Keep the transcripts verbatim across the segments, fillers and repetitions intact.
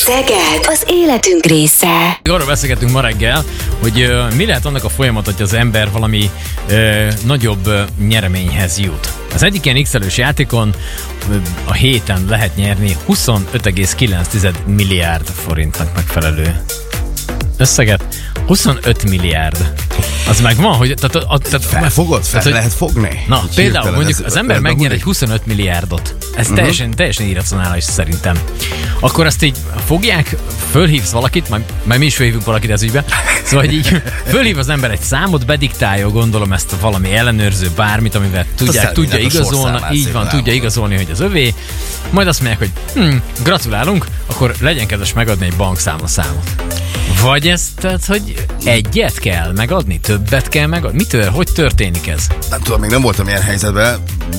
Szeged az életünk része. Arról beszélgetünk ma reggel, hogy uh, mi lehet annak a folyamat, hogy az ember valami uh, nagyobb uh, nyereményhez jut. Az egyik ilyen X-elős játékon uh, a héten lehet nyerni huszonöt egész kilenc milliárd forintnak megfelelő összeget. huszonöt milliárd. Az megvan, hogy... Tehát, a, tehát, Felfogod? Fel tehát, lehet fogni? Na, Így például mondjuk ez, az ember megnyer egy huszonöt milliárdot. Ez uh-huh. teljesen, teljesen irracionális szerintem. Akkor azt így fogják, fölhívsz valakit, majd, majd mi is fölhívjuk valakit ez ügybe. Szóval így fölhív az ember egy számot, bediktálja, gondolom ezt a valami ellenőrző bármit, amivel tudják, tudja igazolni, így van, tudja igazolni, hogy az övé. Majd azt mondják, hogy hm, gratulálunk, akkor legyen kedves megadni egy bankszámla számot. Vagy ez, tehát, hogy egyet kell megadni, többet kell megadni? Mitől, hogy történik ez? Nem tudom, még nem voltam ilyen helyzetben,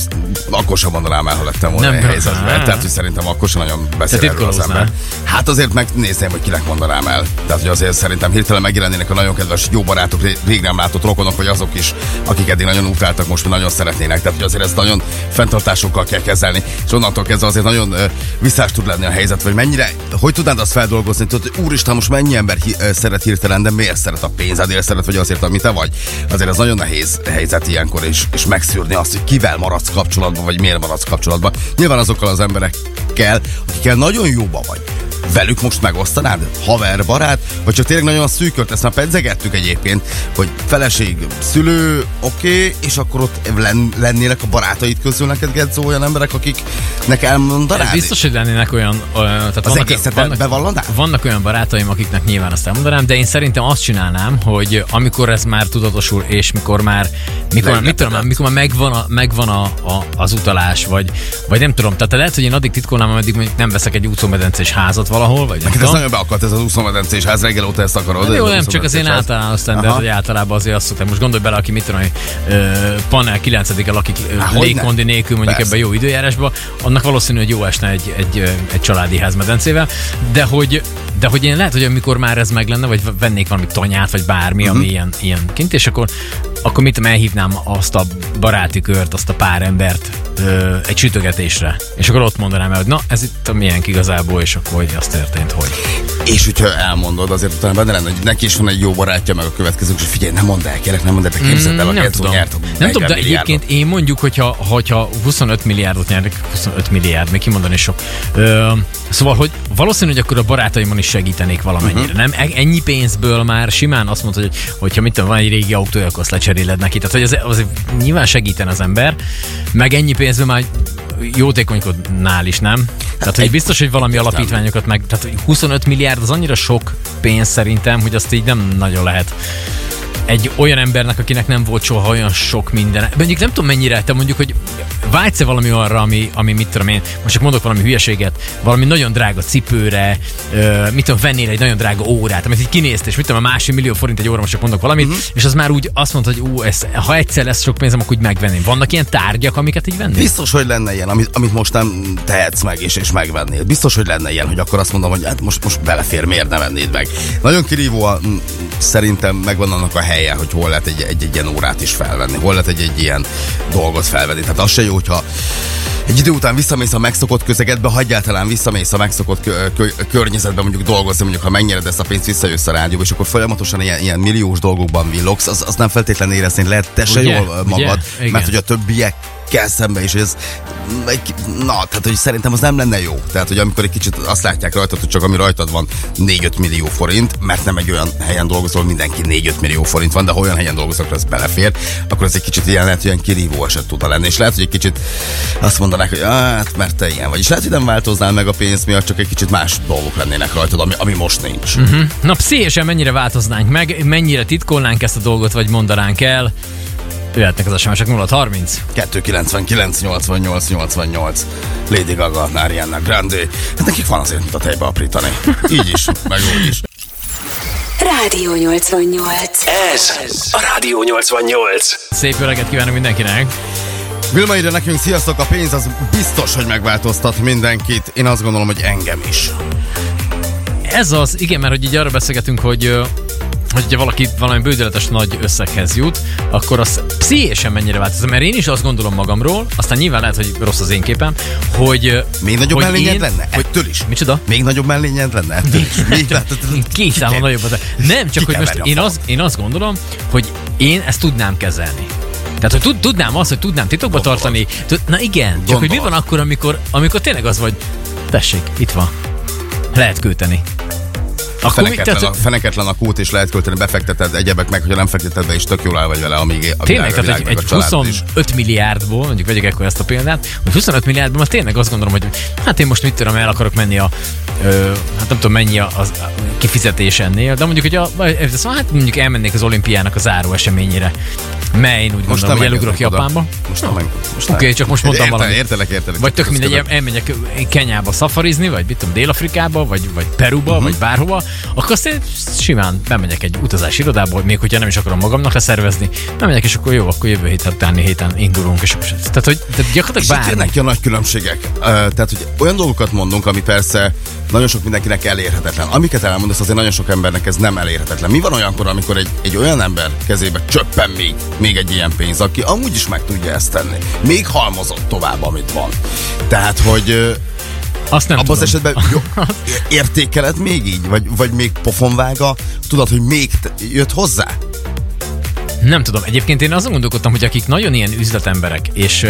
akkor sem mondanám el, ha lettem volna ilyen helyzetben. Tehát, hogy szerintem akkor sem nagyon beszél erről az ember. Hát azért megnézném, hogy kinek mondanám el. Tehát, hogy azért szerintem hirtelen megjelennének a nagyon kedves jó barátok, rég nem látott rokonok, vagy azok is, akik eddig nagyon utáltak, most nagyon szeretnének. Tehát, hogy azért ezt nagyon fenntartásokkal kell kezelni. És onnantól kezdve azért nagyon uh, visszás tud lenni a helyzet, vagy mennyire, hogy tudnád azt feldolgozni, tudod, hogy úristen, most mennyi ember hi- szeret hirtelen, de miért szeret a pénzedért szeret, vagy azért, amit te vagy. Azért ez nagyon nehéz helyzet ilyenkor is, és megszűrni azt, hogy kivel maradsz kapcsolatban, vagy miért maradsz kapcsolatban. Nyilván azokkal az emberekkel, akikkel nagyon jóba vagy. Velük most megosztanád? Haver, barát? Vagy csak tényleg nagyon a szűkölt, ezt már pedzegettük egyébként, hogy feleség, szülő, oké, okay, és akkor ott len, lennének a barátaid közül neked, Gedzo, olyan emberek, akiknek elmondanád? Biztos, hogy lennének olyan... Uh, tehát az vannak, egészet vannak, bevallanál? Vannak olyan barátaim, akiknek nyilván azt elmondanám, de én szerintem azt csinálnám, hogy amikor ez már tudatosul, és mikor már, mikor, már, mit tudom, mikor már megvan, a, megvan a, a, az utalás, vagy, vagy nem tudom, tehát lehet, hogy én addig titkolnám, ameddig mondjuk nem veszek egy úszómedencés házat valahol, vagy nem tudom. Ez nagyon beakadt, ez az úszómedencés ház, reggel óta ezt akarod. Hát jó, nem csak az én általános standard, hogy általában azért azt szoktam. Most gondolj bele, aki mit tudom, hogy uh, panel kilencedike lakik uh, légkondi nélkül mondjuk ebben jó időjárásban, annak valószínű, hogy jó esne egy, egy, egy családi házmedencével, de hogy, de hogy én lehet, hogy amikor már ez meg lenne, vagy vennék valami tanyát, vagy bármi, uh-huh. ami ilyen, ilyen kint, és akkor, akkor mit tudom, elhívnám azt a baráti kört, azt a pár embert ö, egy sütögetésre, és akkor ott mondanám el, hogy na, ez itt a miénk igazából, és akkor hogy az történt, hogy. És hogyha elmondod, azért utána benne lenne, hogy neki is van egy jó barátja, meg a következők, és figyelj, nem mondd el, kérlek, nem mondd el, de képzeld el, a Gedzo nyert. Nem tudom, de egyébként én mondjuk, hogyha, hogyha huszonöt milliárdot nyernek, huszonöt milliárd, még kimondani sok. Ö, szóval, hogy valószínű, hogy akkor a barátaimon is segítenék valamennyire. Uh-huh. Nem? Ennyi pénzből már simán azt mondod, hogy hogyha mit tudom, van egy régi autója, akkor azt lecseréled neki. Tehát, hogy az, az nyilván segíten az ember, meg ennyi pénzből már jótékonykodnál is, nem? Tehát, hogy biztos, hogy valami alapítványokat meg... Tehát huszonöt milliárd az annyira sok pénz szerintem, hogy azt így nem nagyon lehet egy olyan embernek, akinek nem volt soha olyan sok minden. Mondjuk nem tudom mennyire, te mondjuk, hogy vágysz-e valami arra, ami, ami mit tudom én, most csak mondok valami hülyeséget, valami nagyon drága cipőre, uh, mit tudom, vennél egy nagyon drága órát, amit így kinézte, és mit tudom, a másfél millió forint egy óra, most csak mondok valamit, uh-huh. és az már úgy azt mondta, hogy ú, ez, ha egyszer lesz sok pénzem, akkor úgy megvenném. Vannak ilyen tárgyak, amiket így vennél? Biztos, hogy lenne ilyen, amit, amit most nem tehetsz meg, és, és megvennél. Biztos, hogy lenne ilyen, hogy akkor azt mondom, hogy hát most, most belefér, miért ne vennéd meg. Nagyon kirívó, szerintem megvan annak a helye, hogy hol lehet egy, egy, egy ilyen órát is felvenni, hol lehet egy, egy ilyen dolgot felvenni. Tehát az se jó, hogyha egy idő után visszamész a megszokott közegedbe, ha egyáltalán visszamész a megszokott kö- kö- környezetbe, mondjuk dolgozni, mondjuk ha megnyered ezt a pénzt, visszajössz a rádióba, és akkor folyamatosan ilyen, ilyen milliós dolgokban villogsz, az, az nem feltétlenül érezni, lehet te se jól magad, ugye? Mert hogy a többiek kell szembe, és ez na, tehát hogy szerintem az nem lenne jó. Tehát, hogy amikor egy kicsit azt látják rajtad, hogy csak ami rajtad van négy-öt millió forint, mert nem egy olyan helyen dolgozol, mindenki négy-öt millió forint van, de ha olyan helyen dolgozol, akkor ez belefér, akkor ez egy kicsit ilyen lehet, hogy ilyen kirívó eset tudna lenni. És lehet, hogy egy kicsit azt mondanák, hogy hát, mert te ilyen vagy. És lehet, hogy nem változnál meg a pénz miatt, csak egy kicsit más dolgok lennének rajtad, ami, ami most nincs. Uh-huh. Na, pszichésen mennyire változnánk meg, mennyire titkolnánk ezt a dolgot, vagy mondanánk el? Jöhetnek az es em es-ek nulla harminc kettő kilencvenkilenc nyolcvannyolc nyolcvannyolc Lady Gaga, Ariana Grande. Hát nekik van azért, mint a tejbe aprítani. Így is, meg úgy is. Rádió nyolcvannyolc. Ez a Rádió nyolcvannyolc. Szép jó reggelt kívánok mindenkinek. Vilma ide nekünk, sziasztok, a pénz az biztos, hogy megváltoztat mindenkit. Én azt gondolom, hogy engem is. Ez az, igen, mert hogy így arra beszélgetünk, hogy hogy ugye valaki valami bődöletes nagy összeghez jut, akkor az pszichésen mennyire változó. Mert én is azt gondolom magamról, aztán nyilván lehet, hogy rossz az én képem, hogy... Még nagyobb hogy mellényed én, lenne? Ettől is? Micsoda? Még nagyobb mellényed lenne? Ettől is? Még, Két számon nagyobb az. Nem, csak hogy most én, az, én azt gondolom, hogy én ezt tudnám kezelni. Tehát, hogy tud, tudnám azt, hogy tudnám titokba Gondolod. tartani. Tud, na igen, csak Gondolod. hogy mi van akkor, amikor, amikor tényleg az vagy, tessék, itt van. Lehet költeni. Feneketlen, tehát, a, feneketlen a kút, és lehet költeni, befekteted egyebek meg, hogyha nem fekteted be, és tök jól el vagy vele, amíg a tényleg, világ, tehát világ, egy, egy huszonöt milliárdból, mondjuk vegyük ekkor ezt a példát, hogy huszonöt milliárdból, azt tényleg azt gondolom, hogy hát én most mit tudom, el akarok menni a, ö, hát nem tudom mennyi az a kifizetés ennél, de mondjuk, hogy a, szóval, hát mondjuk elmennék az olimpiának a záró eseményére, mely én úgy most gondolom, hogy elugrok Japánba. Most nem. Oké, okay, csak most mondtam valamit. Értelek, értelek. Vagy tök mindegy, elmegyek Kenyába szafarizni, vagy mit tudom, Dél-Afrikába, vagy, vagy Peruba, uh-huh. vagy bárhova, akkor azt én simán bemegyek egy utazási irodába, még hogyha nem is akarom magamnak leszervezni, bemegyek, és akkor jó, akkor jövő héten, utáni héten indulunk, és tehát, hogy tehát gyakorlatilag bármi. És jönnek ki a nagy különbségek. Uh, tehát, hogy olyan dolgokat mondunk, ami persze nagyon sok mindenkinek elérhetetlen. Amiket elmondasz, azért nagyon sok embernek ez nem elérhetetlen. Mi van olyankor, amikor egy, egy olyan ember kezébe csöppen még, még egy ilyen pénz, aki amúgy is meg tudja ezt tenni. Még halmozott tovább, amit van. Tehát, hogy azt nem abban tudom. az esetben jó, értékeled még így? Vagy, vagy még pofonvága? Tudod, hogy még te, jött hozzá? Nem tudom. Egyébként én azon gondolkodtam, hogy akik nagyon ilyen üzletemberek, és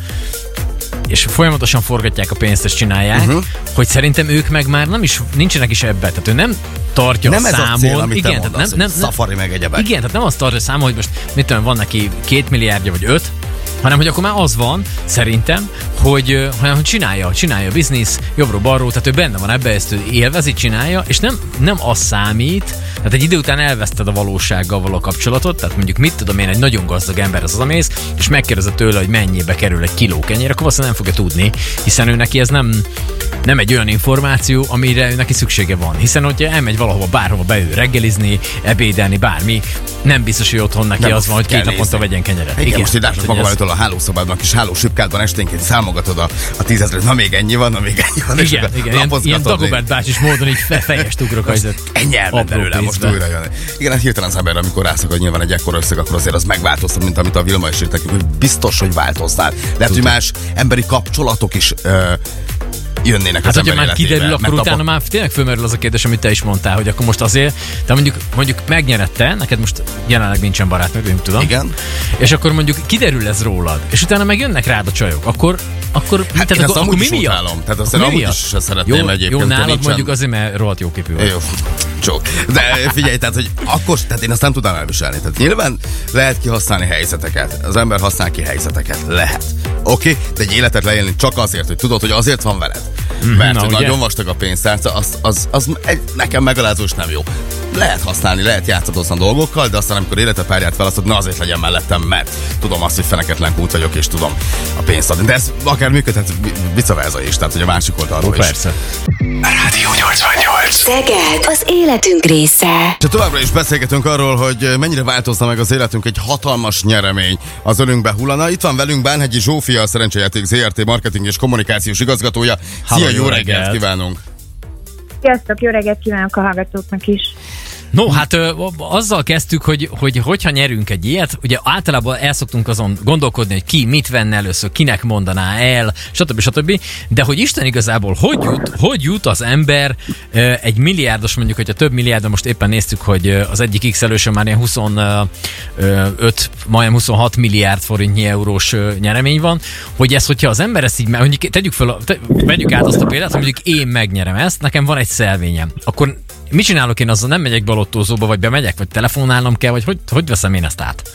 és folyamatosan forgatják a pénzt, és csinálják, uh-huh. hogy szerintem ők meg már nem is, nincsenek is ebbe. Tehát ő nem tartja nem a számon. Ez a cél, amit igen, te mondasz, nem, nem, szafari meg egyebek. Igen, tehát nem azt tartja számon, hogy most mit tudom, van neki két milliárdja vagy öt, hanem hogy akkor már az van, szerintem, hogy, hogy csinálja, csinálja a biznisz, jobbról-balról, tehát ő benne van ebbe, ezt ő élvezi, csinálja, és nem, nem az számít, tehát egy idő után elveszted a valósággal való kapcsolatot, tehát mondjuk mit tudom én, egy nagyon gazdag ember az odamész, és megkérdezed tőle, hogy mennyibe kerül egy kiló kenyér, akkor azt nem fogja tudni, hiszen ő neki ez nem, nem egy olyan információ, amire neki szüksége van. Hiszen hogyha elmegy valahova, bárhova beül reggelizni, ebédelni, bármi, nem biztos, hogy otthon neki nem az van, hogy két naponta vegyen kenyeret. Igen, igen, most így látok magam előtt a hálószobádban, kis hálósüpkádban esténként számogatod a, a tízezret, na még ennyi van, na még ennyi van. Igen, igen, ilyen, ilyen Dagobert bácsis módon így fe, fejest ugrok. Ennyi elment belőle, most újra jön. Igen, hát hirtelen az ember, amikor rászakad nyilván egy ekkora összeg, akkor azért az megváltoztat, mint amit a Vilma is írt, hogy biztos, hogy változnál. Lehet, hogy más emberi kapcsolatok is uh, jönnének hát, az ember már kiderül, akkor utána abba... már tényleg fölmerül az a kérdés, amit te is mondtál, hogy akkor most azért, de mondjuk, mondjuk megnyerette, neked most jelenleg nincsen barátnőd, nem tudom. Igen. És akkor mondjuk kiderül ez rólad, és utána meg jönnek rád a csajok, akkor akkor, hát tehát akkor, akkor mi miatt? Tehát azt amúgy miatt? is szeretném jó, egyébként. Jó, nálad mondjuk azért, mert rohadt jó képű vagy. Jó, csók. De figyelj, tehát, hogy akkor, tehát én azt nem tudnám elviselni. Tehát nyilván lehet kihasználni helyzeteket. Az ember használ ki helyzeteket. Lehet. Oké, okay? De egy életet leélni csak azért, hogy tudod, hogy azért van veled. Mert Na, hogy nagyon vastag a pénztárca, az, az, az egy, nekem megalázó és nem jó. Lehet használni, lehet játszadozni dolgokkal, de aztán amikor életepárját választod, na azért legyen mellettem, mert tudom azt, hogy feneketlen kút vagyok, és tudom a pénzt adni. De ez akár működhet vice versa is, tehát hogy a másik oldalról is. Persze. Rádió nyolcvannyolc. Szeged, az életünk része. És továbbra is beszélgetünk arról, hogy mennyire változna meg az életünk, egy hatalmas nyeremény az önünkbe hullana. Itt van velünk Bánhegyi Zsófia, a Szerencsejáték zé er té marketing és kommunikációs igazgatója. Szia, jó, jó reggelt, reggelt kívánunk! Sziasztok, jó reggelt kívánok a hallgatóknak is! No, hát ö, azzal kezdtük, hogy, hogy hogyha nyerünk egy ilyet, ugye általában el szoktunk azon gondolkodni, hogy ki mit venne először, kinek mondaná el, stb. stb. De hogy Isten igazából hogy jut, hogy jut az ember ö, egy milliárdos, mondjuk, hogyha több milliárd, most éppen néztük, hogy az egyik X-elősön már ilyen huszonöt, majdnem huszonhat milliárd forintnyi eurós nyeremény van, hogy ez, hogyha az ember ezt így, mondjuk tegyük fel, te, vegyük át azt a példát, hogy mondjuk én megnyerem ezt, nekem van egy szelvényem, akkor mit csinálok én azzal? Nem megyek be a lottózóba, vagy bemegyek, vagy telefonálnom kell, vagy hogy, hogy veszem én ezt át?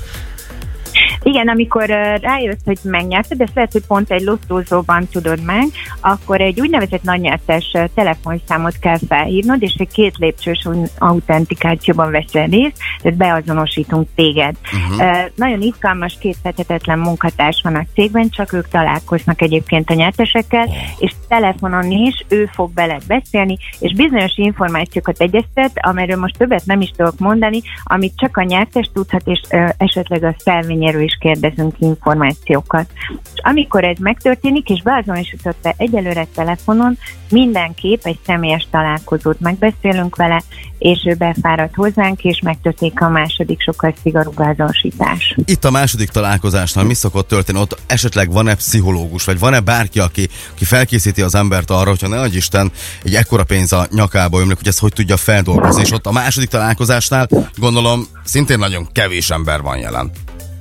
Igen, amikor uh, rájössz, hogy megnyerted, ezt lehet, hogy pont egy lottózóban tudod meg, akkor egy úgynevezett nagynyertes uh, telefonszámot kell felhívnod, és egy két lépcsős autentikációban veszel részt, tehát beazonosítunk téged. Uh-huh. Uh, nagyon izgalmas, kétfethetetlen munkatárs van a cégben, csak ők találkoznak egyébként a nyertesekkel, és telefonon is ő fog veled beszélni, és bizonyos információkat egyeztet, amelyről most többet nem is tudok mondani, amit csak a nyertes tudhat, és uh, esetleg a szelvényéről is kérdezünk információkat. És amikor ez megtörténik, és beazonosította egyelőre telefonon, mindenképp egy személyes találkozót megbeszélünk vele, és ő befáradt hozzánk, és megtörténik a második sokkal szigorúbb azonosítás. Itt a második találkozásnál mi szokott történni? Ott esetleg van-e pszichológus, vagy van-e bárki, aki, aki felkészíti az embert arra, hogyha ne adj Isten, egy ekkora pénz a nyakába ömlik, hogy ezt hogy tudja feldolgozni, és ott a második találkozásnál gondolom szintén nagyon kevés ember van jelen.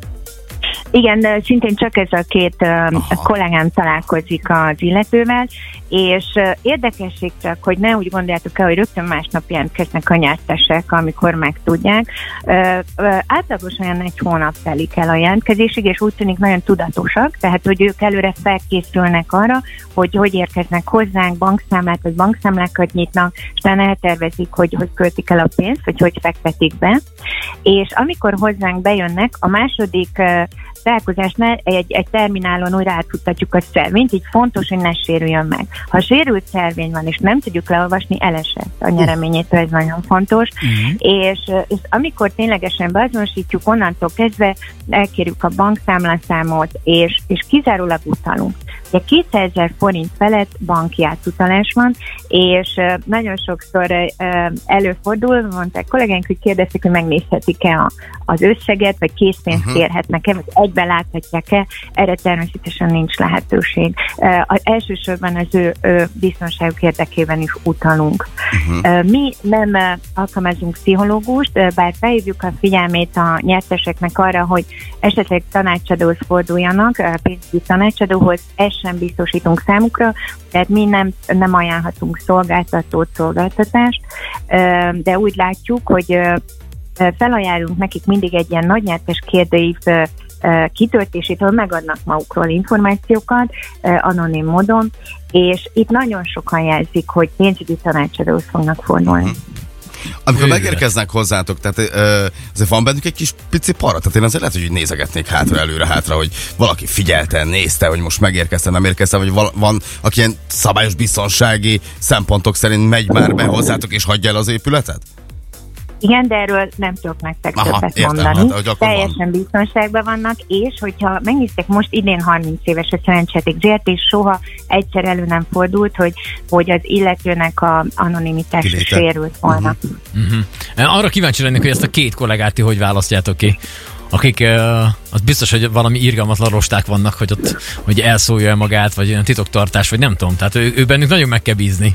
Igen, szintén csak ez a két uh, kollégám találkozik az illetővel, és uh, érdekesség csak, hogy ne úgy gondoljátok el, hogy rögtön másnap jelentkeznek a nyertesek, amikor megtudják. Uh, uh, átlagosan olyan egy hónap telik el a jelentkezésig, és úgy tűnik nagyon tudatosak, tehát hogy ők előre felkészülnek arra, hogy hogy érkeznek hozzánk, bankszámlát vagy bankszámlákat nyitnak, és utána eltervezik, hogy hogy költik el a pénzt, vagy hogy fektetik be. És amikor hozzánk bejönnek, a második uh, találkozásnál egy, egy terminálon újra átfuttatjuk a szervényt, így fontos, hogy ne sérüljön meg. Ha sérült szervény van, és nem tudjuk leolvasni, elesett a nyereményétől, ez nagyon fontos. Uh-huh. És, és amikor ténylegesen beazonosítjuk, onnantól kezdve elkérjük a bankszámlaszámot, és, és kizárólag utalunk. Ugye kétszázezer forint felett banki átutalás van, és uh, nagyon sokszor uh, előfordul, mondták kollégáink, hogy kérdezték, hogy megnézhetik-e a, az összeget, vagy készpénzt uh-huh. kérhetnek-e, vagy egyben láthatják-e, erre természetesen nincs lehetőség. Uh, az elsősorban az ő, ő biztonságuk érdekében is utalunk. Uh-huh. Uh, mi nem uh, alkalmazunk pszichológust, uh, bár felhívjuk a figyelmét a nyerteseknek arra, hogy esetleg tanácsadóhoz forduljanak, uh, pénzügyi tanácsadóhoz, ezt sem biztosítunk számukra, tehát mi nem, nem ajánlhatunk szolgáltatót, szolgáltatást, uh, de úgy látjuk, hogy uh, felajánlunk nekik mindig egy ilyen nagynyertes kérdőív kitöltésétől, megadnak magukról információkat anonim módon, és itt nagyon sokan jelzik, hogy pénzügyi tanácsadóhoz fognak fordulni. Uh-huh. Amikor Hűre. megérkeznek hozzátok, tehát ö, azért van bennük egy kis pici para, tehát én azért lehet, hogy nézegetnék hátra, előre, hátra, hogy valaki figyelte, nézte, hogy most megérkeztem, nem érkeztem, vagy val- van, aki ilyen szabályos biztonsági szempontok szerint megy már be hozzátok és hagyja el az épületet? Igen, de erről nem tudok nektek Aha, többet értem, mondani. Hát, Teljesen van. biztonságban vannak, és hogyha megnéztek, most idén harminc éves a Szerencsejáték zé er té, és soha egyszer elő nem fordult, hogy, hogy az illetőnek a anonimitása sérült volna. Uh-huh. Uh-huh. Arra kíváncsi lennék, hogy ezt a két kollégát ti hogy választjátok ki? Akik, uh, az biztos, hogy valami irgalmatlan rosták vannak, hogy ott hogy elszólja magát, vagy olyan titoktartás, vagy nem tudom. Tehát ő, ő bennük nagyon meg kell bízni.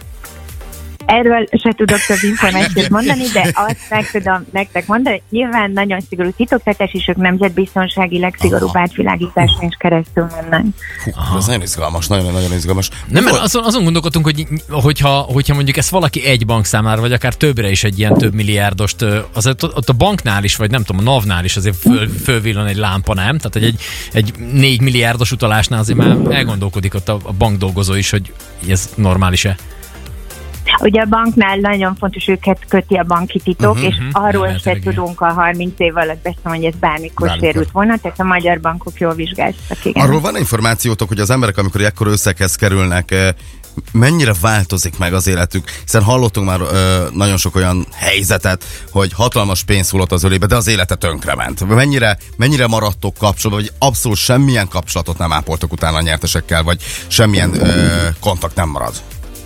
Erről se tudok több információt mondani, de azt meg tudom nektek mondani, hogy nyilván nagyon szigorú titoktartás, és ők nemzetbiztonságileg szigorúbb átvilágításon is keresztül mennek. Hú, ez nagyon izgalmas, nagyon-nagyon izgalmas. Nem, mert azon, azon gondolkodtunk, hogy hogyha, hogyha mondjuk ezt valaki egy bankszámlára, vagy akár többre is egy ilyen több milliárdost, azért ott a banknál is, vagy nem tudom, a NAV-nál is azért föl, fölvillan egy lámpa, nem? Tehát egy, egy négy milliárdos utalásnál azért már elgondolkodik ott a, a bank dolgozó is, hogy ez normális-e. Ugye a banknál nagyon fontos, őket köti a banki titok, uh-huh, és arról uh-huh. se tudunk a harminc év alatt beszélni, hogy ez bármikor Bármikor. sérült volna, tehát a magyar bankok jól vizsgáltak. Igen. Arról van információtok, hogy az emberek, amikor ekkor összeghez kerülnek, mennyire változik meg az életük? Hiszen hallottunk már ö, nagyon sok olyan helyzetet, hogy hatalmas pénz hullott az ölébe, de az élete tönkrement. Mennyire, mennyire maradtok kapcsolatban, vagy abszolút semmilyen kapcsolatot nem ápoltok utána a nyertesekkel, vagy semmilyen ö, kontakt nem marad?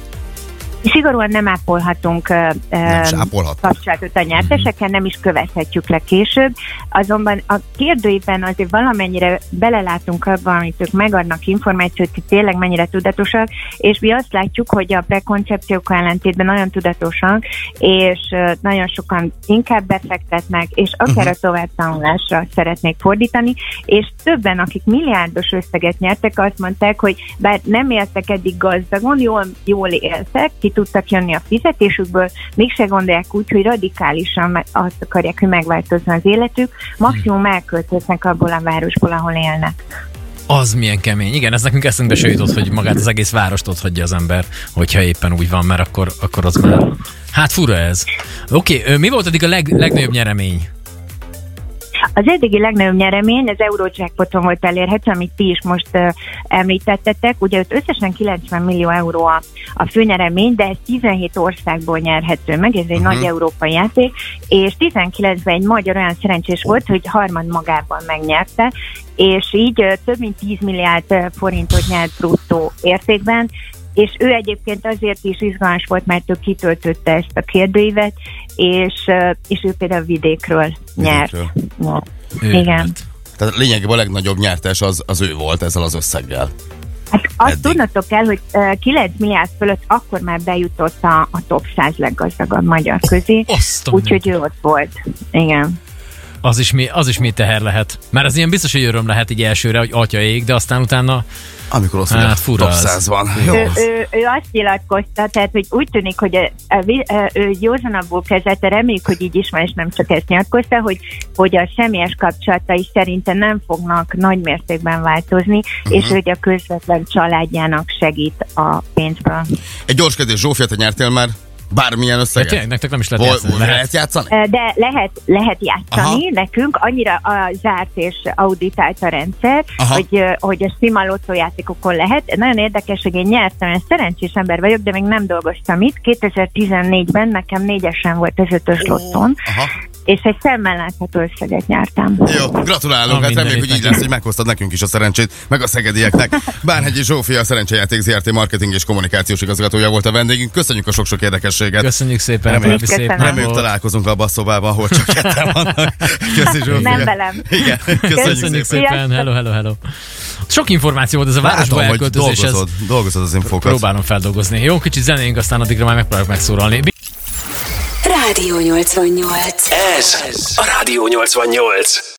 Szigorúan nem ápolhatunk nem kapcsolatot a nyertesekkel, nem is követhetjük le később. Azonban a kérdőjében azért valamennyire belelátunk abban, amit ők megadnak információt, hogy tényleg mennyire tudatosak, és mi azt látjuk, hogy a prekoncepciókkal ellentétben nagyon tudatosak, és nagyon sokan inkább befektetnek, és akár a továbbtanulásra szeretnék fordítani, és többen, akik milliárdos összeget nyertek, azt mondták, hogy bár nem éltek eddig gazdagon, jól, jól éltek, ki tudtak jönni a fizetésükből, mégse gondolják úgy, hogy radikálisan azt akarják, hogy megváltozzon az életük, maximum elköltöznek abból a városból, ahol élnek. Az milyen kemény. Igen, ez nekünk eszünkbe se jutott, hogy magát az egész várost ott hagyja az ember, hogyha éppen úgy van, mert akkor, akkor az már... Hát fura ez. Oké, okay, mi volt eddig a leg, legnagyobb nyeremény? Az eddigi legnagyobb nyeremény az Eurojackpoton volt elérhető, amit ti is most uh, említettetek. Ugye ott összesen kilencven millió euró a, a főnyeremény, de ez tizenhét országból nyerhető meg, ez egy uh-huh. nagy európai játék, és tizenkilencben egy magyar olyan szerencsés volt, hogy harmad magában megnyerte, és így uh, több mint tíz milliárd forintot nyert bruttó értékben, és ő egyébként azért is izgalmas volt, mert ő kitöltötte ezt a kérdőívet, és, és ő például vidékről nyert. Vidékről. Igen. Tehát lényegében a legnagyobb nyertes az, az ő volt ezzel az összeggel. Hát azt Eddig. tudnatok kell, hogy kilenc milliárd fölött akkor már bejutott a, a top száz leggazdagabb magyar közé, úgyhogy ő ott volt. Igen. Az is, mi, az is mi teher lehet. Mert az ilyen biztos, hogy öröm lehet így elsőre, hogy atya ég, de aztán utána... Amikor ott hát, a top százban. Ő, ő, ő azt nyilatkozta, tehát hogy úgy tűnik, hogy a, a, a, ő józanabbul kezelte, reméljük, hogy így is van, és nem csak ezt nyilatkozta, hogy, hogy a személyes kapcsolatai szerintem nem fognak nagy mértékben változni, uh-huh. és hogy a közvetlen családjának segít a pénzből. Egy gyors kérdés, Zsófia, te nyertél már bármilyen összeget? Tényleg, nektek nem is lehet Vol, játszani. Lehet. lehet játszani? De lehet, lehet játszani. Aha. Nekünk annyira a zárt és auditált a rendszer, hogy, hogy a sima lottójátékokon lehet. Nagyon érdekes, hogy én nyertem, én szerencsés ember vagyok, de még nem dolgoztam itt. kétezer-tizennégyben nekem négyesen volt az ötös lottón. Aha. És egy szemmel látható összeget nyertem. Jó, gratulálunk, hát reméljük, hogy így lesz, hogy meghoztad nekünk is a szerencsét, meg a szegedieknek. Bánhegyi Zsófia, a Szerencsejáték zé er té marketing és kommunikációs igazgatója volt a vendégünk. Köszönjük a sok-sok érdekességet. Köszönjük szépen, reméljük, szép reméljük találkozunk abban a szobában, ahol csak ketten vannak. Köszi, Zsófia. Nem velem. Igen, köszönjük, köszönjük szépen. szépen. Hello, hello, hello. Sok információ volt ez a városba elköltözés. Dolgozod, dolgozod az infókat. Próbálom feldolgozni. Jó, kicsit zenénk, aztán addigra már megpróbálok megszólalni. Rádió nyolcvannyolc. Ez a Rádió nyolcvannyolc.